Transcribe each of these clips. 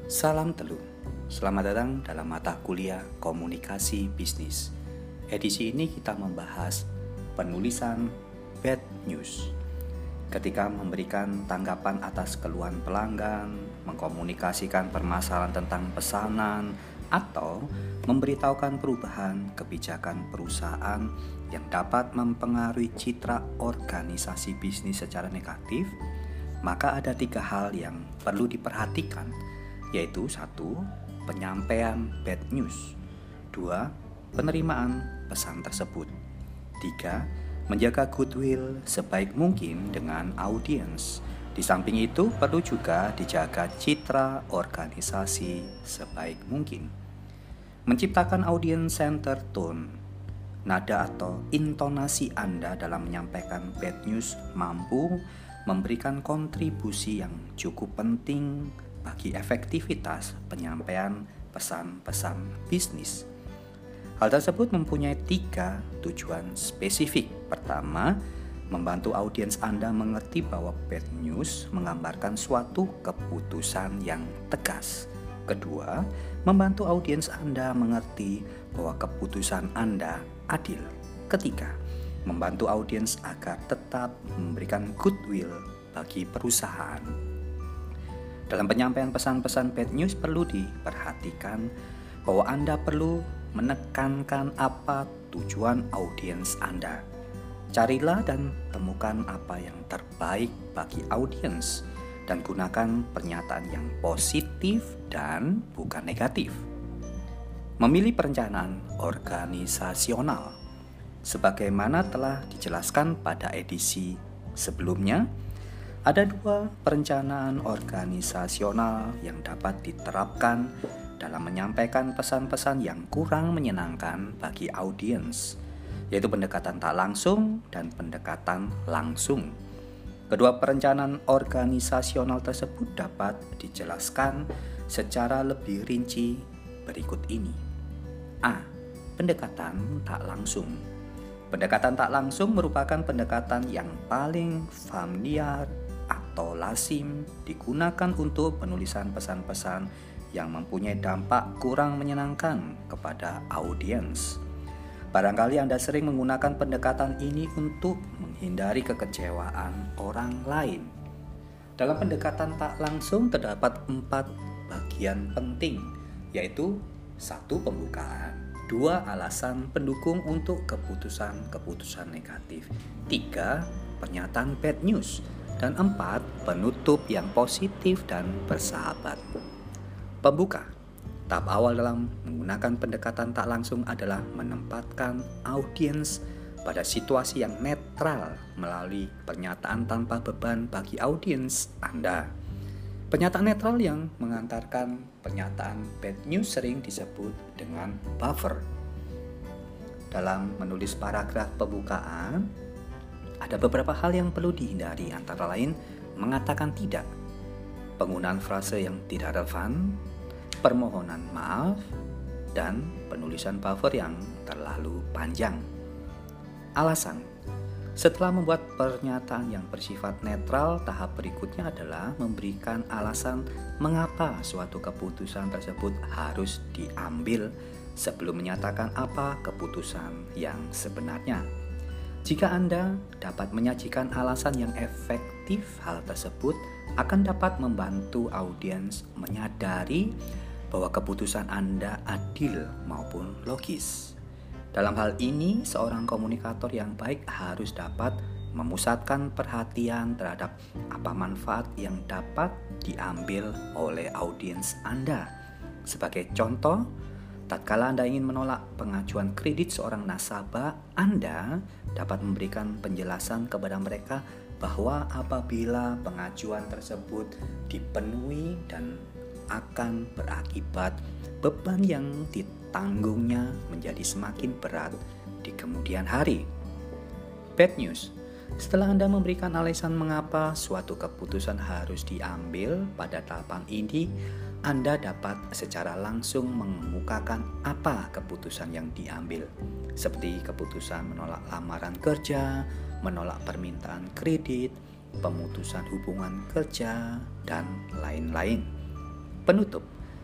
Salam Telu, selamat datang dalam mata kuliah Komunikasi Bisnis. Edisi ini kita membahas penulisan bad news. Ketika memberikan tanggapan atas keluhan pelanggan, mengkomunikasikan permasalahan tentang pesanan, atau memberitahukan perubahan kebijakan perusahaan yang dapat mempengaruhi citra organisasi bisnis secara negatif, maka ada 3 hal yang perlu diperhatikan, yaitu 1. Penyampaian bad news, 2. Penerimaan pesan tersebut, 3. Menjaga goodwill sebaik mungkin dengan audiens. Di samping itu perlu juga dijaga citra organisasi sebaik mungkin. Menciptakan audience center tone, nada atau intonasi Anda dalam menyampaikan bad news mampu memberikan kontribusi yang cukup penting bagi efektivitas penyampaian pesan-pesan bisnis. Hal tersebut mempunyai 3 tujuan spesifik. Pertama, membantu audiens Anda mengerti bahwa bad news menggambarkan suatu keputusan yang tegas. Kedua, membantu audiens Anda mengerti bahwa keputusan Anda adil. Ketiga, membantu audiens agar tetap memberikan goodwill bagi perusahaan. Dalam penyampaian pesan-pesan bad news perlu diperhatikan bahwa Anda perlu menekankan apa tujuan audiens Anda. Carilah dan temukan apa yang terbaik bagi audiens dan gunakan pernyataan yang positif dan bukan negatif. Memilih perencanaan organisasional. Sebagaimana telah dijelaskan pada edisi sebelumnya, ada 2 perencanaan organisasional yang dapat diterapkan dalam menyampaikan pesan-pesan yang kurang menyenangkan bagi audiens, yaitu pendekatan tak langsung dan pendekatan langsung. Kedua perencanaan organisasional tersebut dapat dijelaskan secara lebih rinci berikut ini. A. Pendekatan tak langsung. Pendekatan tak langsung merupakan pendekatan yang paling familiar atau lazim digunakan untuk penulisan pesan-pesan yang mempunyai dampak kurang menyenangkan kepada audiens. Barangkali Anda sering menggunakan pendekatan ini untuk menghindari kekecewaan orang lain. Dalam pendekatan tak langsung terdapat 4 bagian penting, yaitu 1. Pembukaan, 2. Alasan pendukung untuk keputusan-keputusan negatif, 3. Pernyataan bad news, dan 4. Penutup yang positif dan bersahabat. Pembuka. Tahap awal dalam menggunakan pendekatan tak langsung adalah menempatkan audiens pada situasi yang netral melalui pernyataan tanpa beban bagi audiens Anda. Pernyataan netral yang mengantarkan pernyataan bad news sering disebut dengan buffer. Dalam menulis paragraf pembukaan, ada beberapa hal yang perlu dihindari, antara lain mengatakan tidak, penggunaan frase yang tidak relevan, permohonan maaf, dan penulisan buffer yang terlalu panjang. Alasan. Setelah membuat pernyataan yang bersifat netral, tahap berikutnya adalah memberikan alasan mengapa suatu keputusan tersebut harus diambil sebelum menyatakan apa keputusan yang sebenarnya. Jika Anda dapat menyajikan alasan yang efektif, hal tersebut akan dapat membantu audiens menyadari bahwa keputusan Anda adil maupun logis. Dalam hal ini, seorang komunikator yang baik harus dapat memusatkan perhatian terhadap apa manfaat yang dapat diambil oleh audiens Anda. Sebagai contoh, tatkala Anda ingin menolak pengajuan kredit seorang nasabah, Anda dapat memberikan penjelasan kepada mereka bahwa apabila pengajuan tersebut dipenuhi dan akan berakibat beban yang ditanggungnya menjadi semakin berat di kemudian hari. Bad news. Setelah Anda memberikan alasan mengapa suatu keputusan harus diambil pada tahapan ini, Anda dapat secara langsung mengemukakan apa keputusan yang diambil, seperti keputusan menolak lamaran kerja, menolak permintaan kredit, pemutusan hubungan kerja, dan lain-lain. Penutup.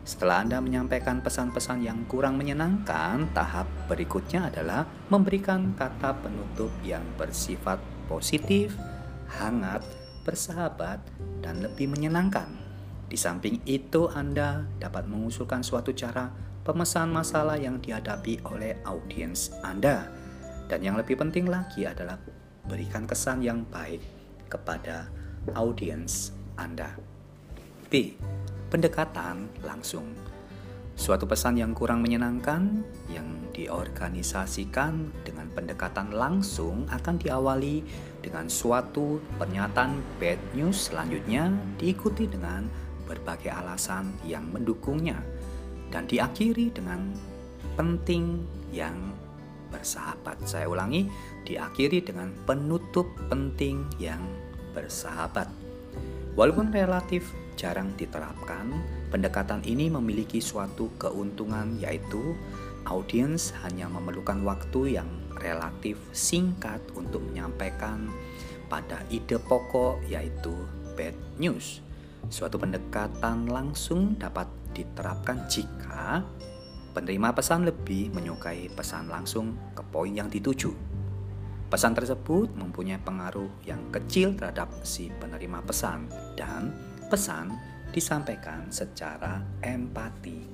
Setelah Anda menyampaikan pesan-pesan yang kurang menyenangkan, tahap berikutnya adalah memberikan kata penutup yang bersifat positif, hangat, bersahabat, dan lebih menyenangkan. Di samping itu, Anda dapat mengusulkan suatu cara pemesan masalah yang dihadapi oleh audiens Anda. Dan yang lebih penting lagi adalah berikan kesan yang baik kepada audiens Anda. B. Pendekatan langsung. Suatu pesan yang kurang menyenangkan yang diorganisasikan dengan pendekatan langsung akan diawali dengan suatu pernyataan bad news, selanjutnya diikuti dengan berbagai alasan yang mendukungnya dan diakhiri dengan penting yang bersahabat. Saya ulangi, diakhiri dengan penutup penting yang bersahabat. Walaupun relatif jarang diterapkan, pendekatan ini memiliki suatu keuntungan, yaitu audiens hanya memerlukan waktu yang relatif singkat untuk menyampaikan pada ide pokok, yaitu bad news. Suatu pendekatan langsung dapat diterapkan jika penerima pesan lebih menyukai pesan langsung ke poin yang dituju. Pesan tersebut mempunyai pengaruh yang kecil terhadap si penerima pesan dan pesan disampaikan secara empati.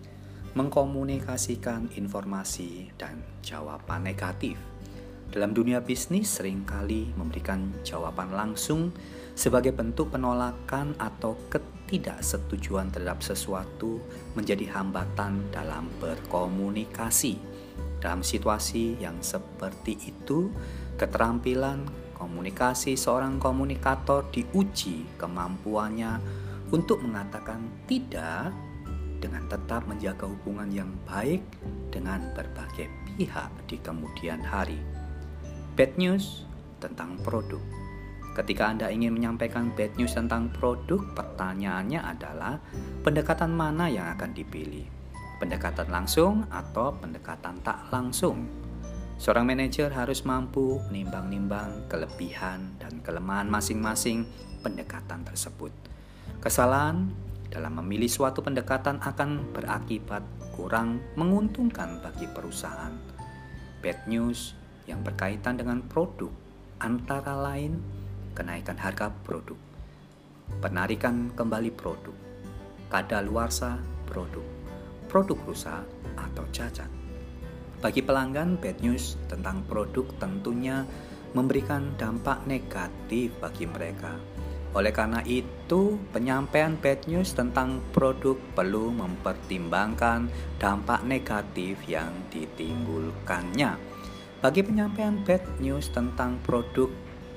Mengkomunikasikan informasi dan jawaban negatif. Dalam dunia bisnis seringkali memberikan jawaban langsung sebagai bentuk penolakan atau ketidaksetujuan terhadap sesuatu menjadi hambatan dalam berkomunikasi. Dalam situasi yang seperti itu, keterampilan komunikasi seorang komunikator diuji kemampuannya untuk mengatakan tidak dengan tetap menjaga hubungan yang baik dengan berbagai pihak di kemudian hari. Bad news tentang produk. Ketika Anda ingin menyampaikan bad news tentang produk, pertanyaannya adalah pendekatan mana yang akan dipilih? Pendekatan langsung atau pendekatan tak langsung? Seorang manajer harus mampu menimbang-nimbang kelebihan dan kelemahan masing-masing pendekatan tersebut. Kesalahan dalam memilih suatu pendekatan akan berakibat kurang menguntungkan bagi perusahaan. Bad news yang berkaitan dengan produk antara lain kenaikan harga produk, penarikan kembali produk, kadaluarsa produk, produk rusak atau cacat. Bagi pelanggan, bad news tentang produk tentunya memberikan dampak negatif bagi mereka. Oleh karena itu, penyampaian bad news tentang produk perlu mempertimbangkan dampak negatif yang ditimbulkannya. Bagi penyampaian bad news tentang produk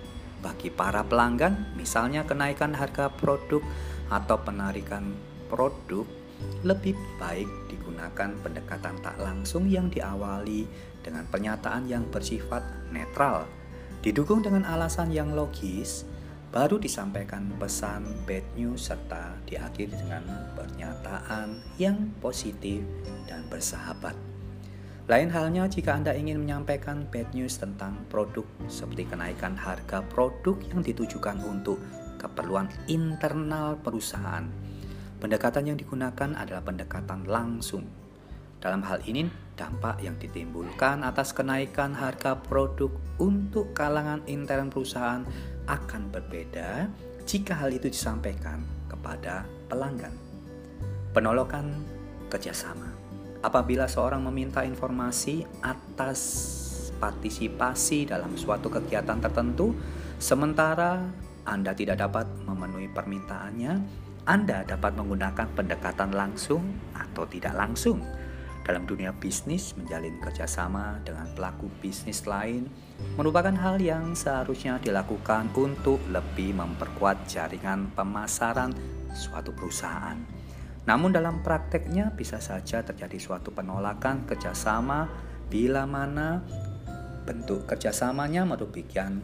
bagi para pelanggan, misalnya kenaikan harga produk atau penarikan produk, lebih baik digunakan pendekatan tak langsung yang diawali dengan pernyataan yang bersifat netral, didukung dengan alasan yang logis, baru disampaikan pesan bad news serta diakhiri dengan pernyataan yang positif dan bersahabat. Lain halnya jika Anda ingin menyampaikan bad news tentang produk seperti kenaikan harga produk yang ditujukan untuk keperluan internal perusahaan. Pendekatan yang digunakan adalah pendekatan langsung. Dalam hal ini, dampak yang ditimbulkan atas kenaikan harga produk untuk kalangan intern perusahaan akan berbeda jika hal itu disampaikan kepada pelanggan. Penolakan kerjasama. Apabila seorang meminta informasi atas partisipasi dalam suatu kegiatan tertentu, sementara Anda tidak dapat memenuhi permintaannya, Anda dapat menggunakan pendekatan langsung atau tidak langsung. Dalam dunia bisnis, menjalin kerjasama dengan pelaku bisnis lain merupakan hal yang seharusnya dilakukan untuk lebih memperkuat jaringan pemasaran suatu perusahaan. Namun dalam prakteknya bisa saja terjadi suatu penolakan kerjasama bila mana bentuk kerjasamanya merugikan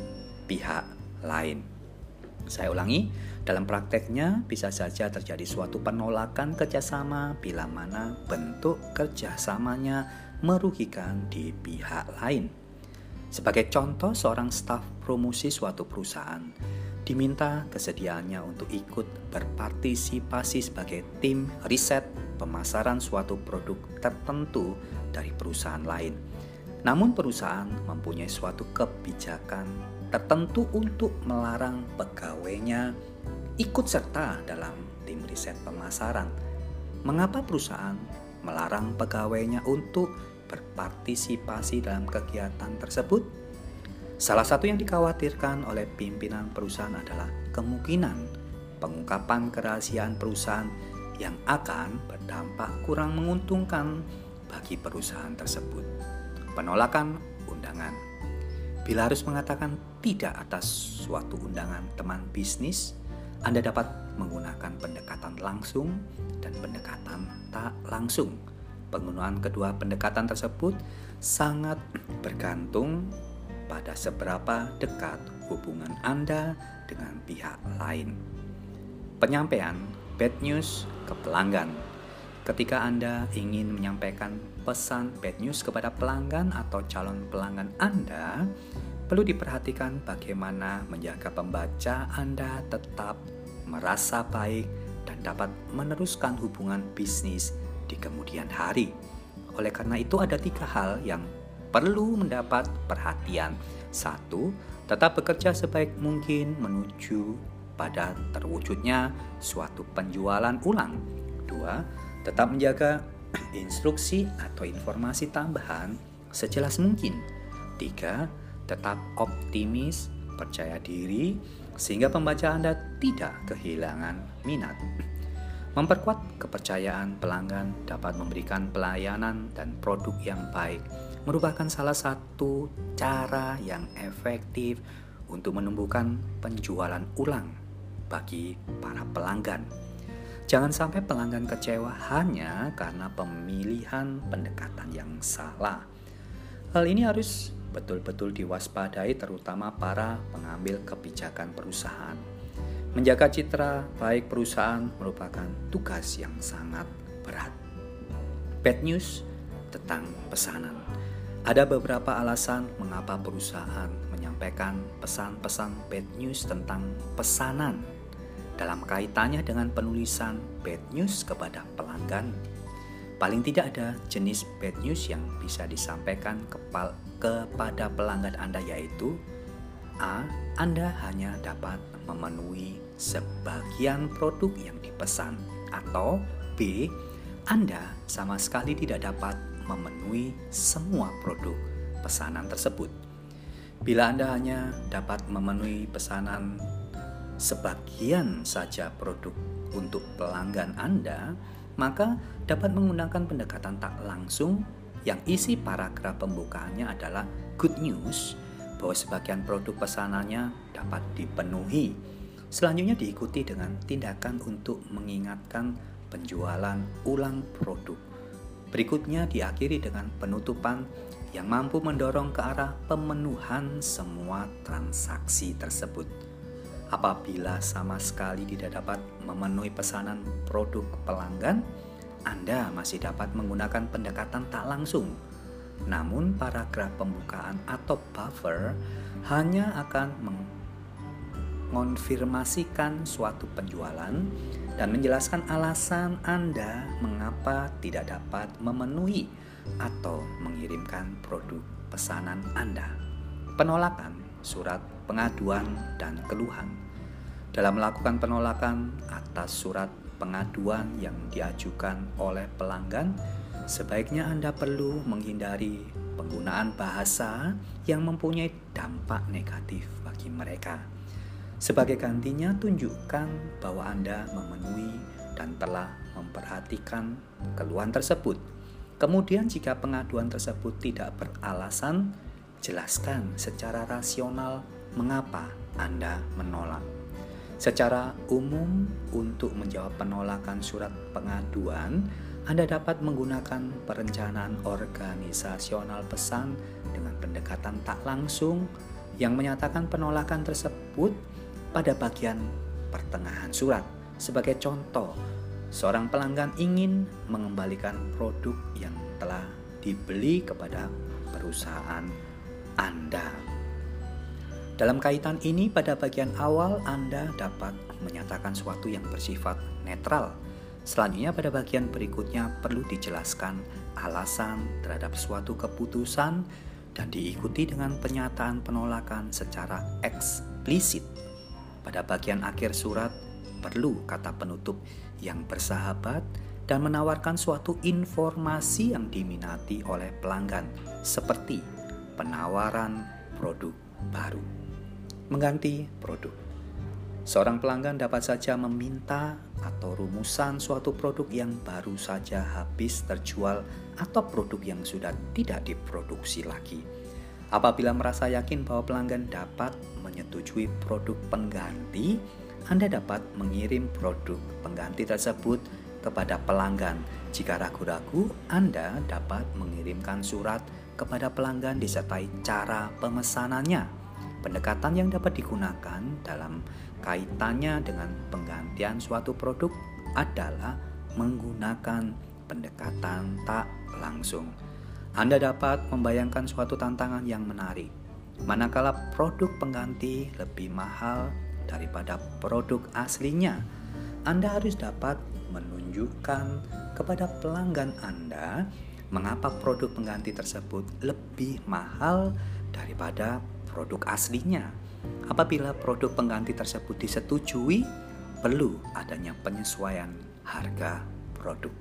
pihak lain. Saya ulangi, dalam prakteknya bisa saja terjadi suatu penolakan kerjasama bila mana bentuk kerjasamanya merugikan di pihak lain. Sebagai contoh, seorang staf promosi suatu perusahaan diminta kesediaannya untuk ikut berpartisipasi sebagai tim riset pemasaran suatu produk tertentu dari perusahaan lain. Namun perusahaan mempunyai suatu kebijakan tertentu untuk melarang pegawainya ikut serta dalam tim riset pemasaran. Mengapa perusahaan melarang pegawainya untuk berpartisipasi dalam kegiatan tersebut? Salah satu yang dikhawatirkan oleh pimpinan perusahaan adalah kemungkinan pengungkapan kerahasiaan perusahaan yang akan berdampak kurang menguntungkan bagi perusahaan tersebut. Penolakan undangan. Bila harus mengatakan tidak atas suatu undangan teman bisnis, Anda dapat menggunakan pendekatan langsung dan pendekatan tak langsung. Penggunaan kedua pendekatan tersebut sangat bergantung pada seberapa dekat hubungan Anda dengan pihak lain. Penyampaian bad news ke pelanggan. Ketika Anda ingin menyampaikan pesan bad news kepada pelanggan atau calon pelanggan Anda, perlu diperhatikan bagaimana menjaga pembaca Anda tetap merasa baik dan dapat meneruskan hubungan bisnis di kemudian hari. Oleh karena itu ada 3 hal yang perlu mendapat perhatian. 1. Tetap bekerja sebaik mungkin menuju pada terwujudnya suatu penjualan ulang. 2. Tetap menjaga instruksi atau informasi tambahan sejelas mungkin. 3. Tetap optimis, percaya diri, sehingga pembaca Anda tidak kehilangan minat. Memperkuat kepercayaan pelanggan dapat memberikan pelayanan dan produk yang baik, merupakan salah satu cara yang efektif untuk menumbuhkan penjualan ulang bagi para pelanggan. Jangan sampai pelanggan kecewa hanya karena pemilihan pendekatan yang salah. Hal ini harus betul-betul diwaspadai terutama para pengambil kebijakan perusahaan. Menjaga citra baik perusahaan merupakan tugas yang sangat berat. Bad news tentang pesanan. Ada beberapa alasan mengapa perusahaan menyampaikan pesan-pesan bad news tentang pesanan dalam kaitannya dengan penulisan bad news kepada pelanggan. Paling tidak ada jenis bad news yang bisa disampaikan kepada pelanggan Anda, yaitu A. Anda hanya dapat memenuhi sebagian produk yang dipesan, atau B. Anda sama sekali tidak dapat memenuhi semua produk pesanan tersebut. Bila Anda hanya dapat memenuhi pesanan sebagian saja produk untuk pelanggan Anda, maka dapat menggunakan pendekatan tak langsung yang isi paragraf pembukaannya adalah good news bahwa sebagian produk pesanannya dapat dipenuhi. Selanjutnya diikuti dengan tindakan untuk mengingatkan penjualan ulang produk. Berikutnya diakhiri dengan penutupan yang mampu mendorong ke arah pemenuhan semua transaksi tersebut. Apabila sama sekali tidak dapat memenuhi pesanan produk pelanggan, Anda masih dapat menggunakan pendekatan tak langsung. Namun paragraf pembukaan atau buffer hanya akan mengonfirmasikan suatu penjualan dan menjelaskan alasan Anda mengapa tidak dapat memenuhi atau mengirimkan produk pesanan Anda. Penolakan surat pengaduan dan keluhan. Dalam melakukan penolakan atas surat pengaduan yang diajukan oleh pelanggan, sebaiknya Anda perlu menghindari penggunaan bahasa yang mempunyai dampak negatif bagi mereka. Sebagai gantinya, tunjukkan bahwa Anda memenuhi dan telah memperhatikan keluhan tersebut. Kemudian jika pengaduan tersebut tidak beralasan, jelaskan secara rasional mengapa Anda menolak. Secara umum, untuk menjawab penolakan surat pengaduan, Anda dapat menggunakan perencanaan organisasional pesan dengan pendekatan tak langsung yang menyatakan penolakan tersebut pada bagian pertengahan surat. Sebagai contoh, seorang pelanggan ingin mengembalikan produk yang telah dibeli kepada perusahaan Anda. Dalam kaitan ini, pada bagian awal Anda dapat menyatakan sesuatu yang bersifat netral. Selanjutnya pada bagian berikutnya perlu dijelaskan alasan terhadap suatu keputusan dan diikuti dengan pernyataan penolakan secara eksplisit. Pada bagian akhir surat perlu kata penutup yang bersahabat dan menawarkan suatu informasi yang diminati oleh pelanggan, seperti penawaran produk baru. Mengganti produk. Seorang pelanggan dapat saja meminta atau rumusan suatu produk yang baru saja habis terjual atau produk yang sudah tidak diproduksi lagi. Apabila merasa yakin bahwa pelanggan dapat menyetujui produk pengganti, Anda dapat mengirim produk pengganti tersebut kepada pelanggan. Jika ragu-ragu, Anda dapat mengirimkan surat kepada pelanggan disertai cara pemesanannya. Pendekatan yang dapat digunakan dalam kaitannya dengan penggantian suatu produk adalah menggunakan pendekatan tak langsung. Anda dapat membayangkan suatu tantangan yang menarik. Manakala produk pengganti lebih mahal daripada produk aslinya, Anda harus dapat menunjukkan kepada pelanggan Anda mengapa produk pengganti tersebut lebih mahal daripada produk aslinya. Apabila produk pengganti tersebut disetujui, perlu adanya penyesuaian harga produk.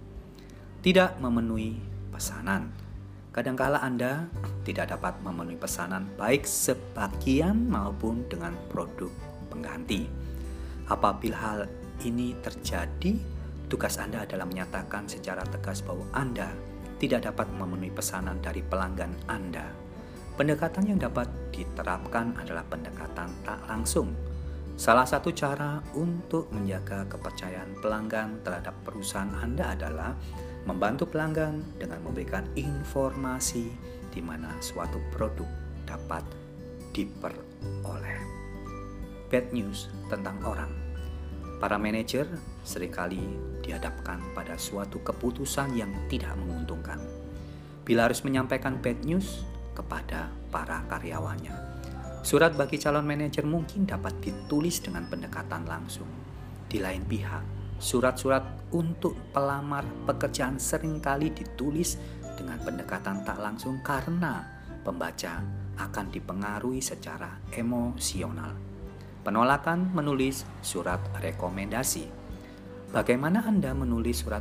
Tidak memenuhi pesanan. Kadangkala Anda tidak dapat memenuhi pesanan baik sebagian maupun dengan produk pengganti. Apabila hal ini terjadi, tugas Anda adalah menyatakan secara tegas bahwa Anda tidak dapat memenuhi pesanan dari pelanggan Anda. Pendekatan yang dapat diterapkan adalah pendekatan tak langsung. Salah satu cara untuk menjaga kepercayaan pelanggan terhadap perusahaan Anda adalah membantu pelanggan dengan memberikan informasi di mana suatu produk dapat diperoleh. Bad news tentang orang. Para manajer seringkali dihadapkan pada suatu keputusan yang tidak menguntungkan. Bila harus menyampaikan bad news kepada para karyawannya, surat bagi calon manajer mungkin dapat ditulis dengan pendekatan langsung. Di lain pihak, surat-surat untuk pelamar pekerjaan seringkali ditulis dengan pendekatan tak langsung karena pembaca akan dipengaruhi secara emosional. Penolakan menulis surat rekomendasi. Bagaimana Anda menulis surat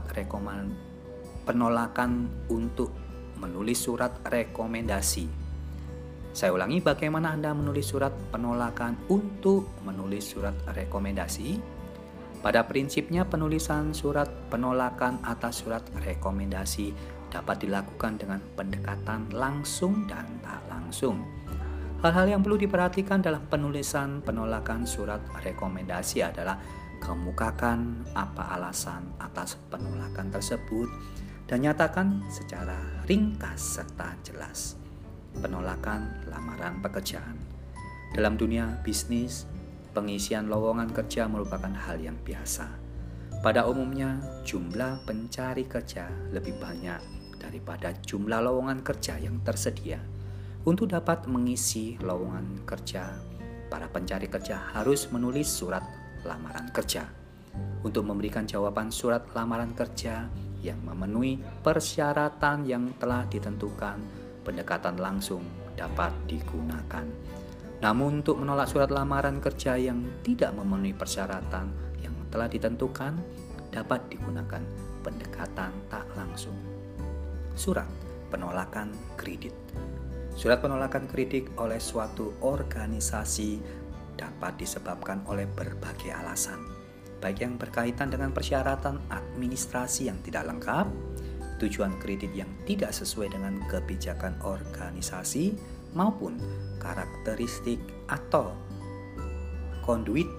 penolakan untuk menulis surat rekomendasi? Saya ulangi, bagaimana Anda menulis surat penolakan untuk menulis surat rekomendasi? Pada prinsipnya penulisan surat penolakan atas surat rekomendasi dapat dilakukan dengan pendekatan langsung dan tak langsung. Hal-hal yang perlu diperhatikan dalam penulisan penolakan surat rekomendasi adalah kemukakan apa alasan atas penolakan tersebut dan nyatakan secara ringkas serta jelas. Penolakan lamaran pekerjaan. Dalam dunia bisnis, pengisian lowongan kerja merupakan hal yang biasa. Pada umumnya, jumlah pencari kerja lebih banyak daripada jumlah lowongan kerja yang tersedia. Untuk dapat mengisi lowongan kerja, para pencari kerja harus menulis surat lamaran kerja. Untuk memberikan jawaban surat lamaran kerja yang memenuhi persyaratan yang telah ditentukan, pendekatan langsung dapat digunakan. Namun untuk menolak surat lamaran kerja yang tidak memenuhi persyaratan yang telah ditentukan, dapat digunakan pendekatan tak langsung. Surat penolakan kredit. Surat penolakan kredit oleh suatu organisasi dapat disebabkan oleh berbagai alasan, baik yang berkaitan dengan persyaratan administrasi yang tidak lengkap, tujuan kredit yang tidak sesuai dengan kebijakan organisasi, maupun karakteristik atau konduit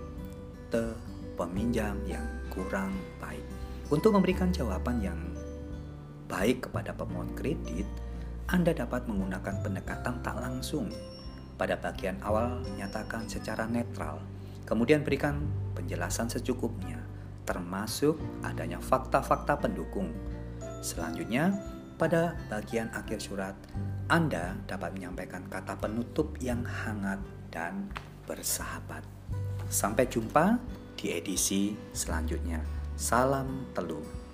peminjam yang kurang baik. Untuk memberikan jawaban yang baik kepada pemohon kredit, Anda dapat menggunakan pendekatan tak langsung. Pada bagian awal, nyatakan secara netral, kemudian berikan penjelasan secukupnya, termasuk adanya fakta-fakta pendukung. Selanjutnya, pada bagian akhir surat, Anda dapat menyampaikan kata penutup yang hangat dan bersahabat. Sampai jumpa di edisi selanjutnya. Salam telur.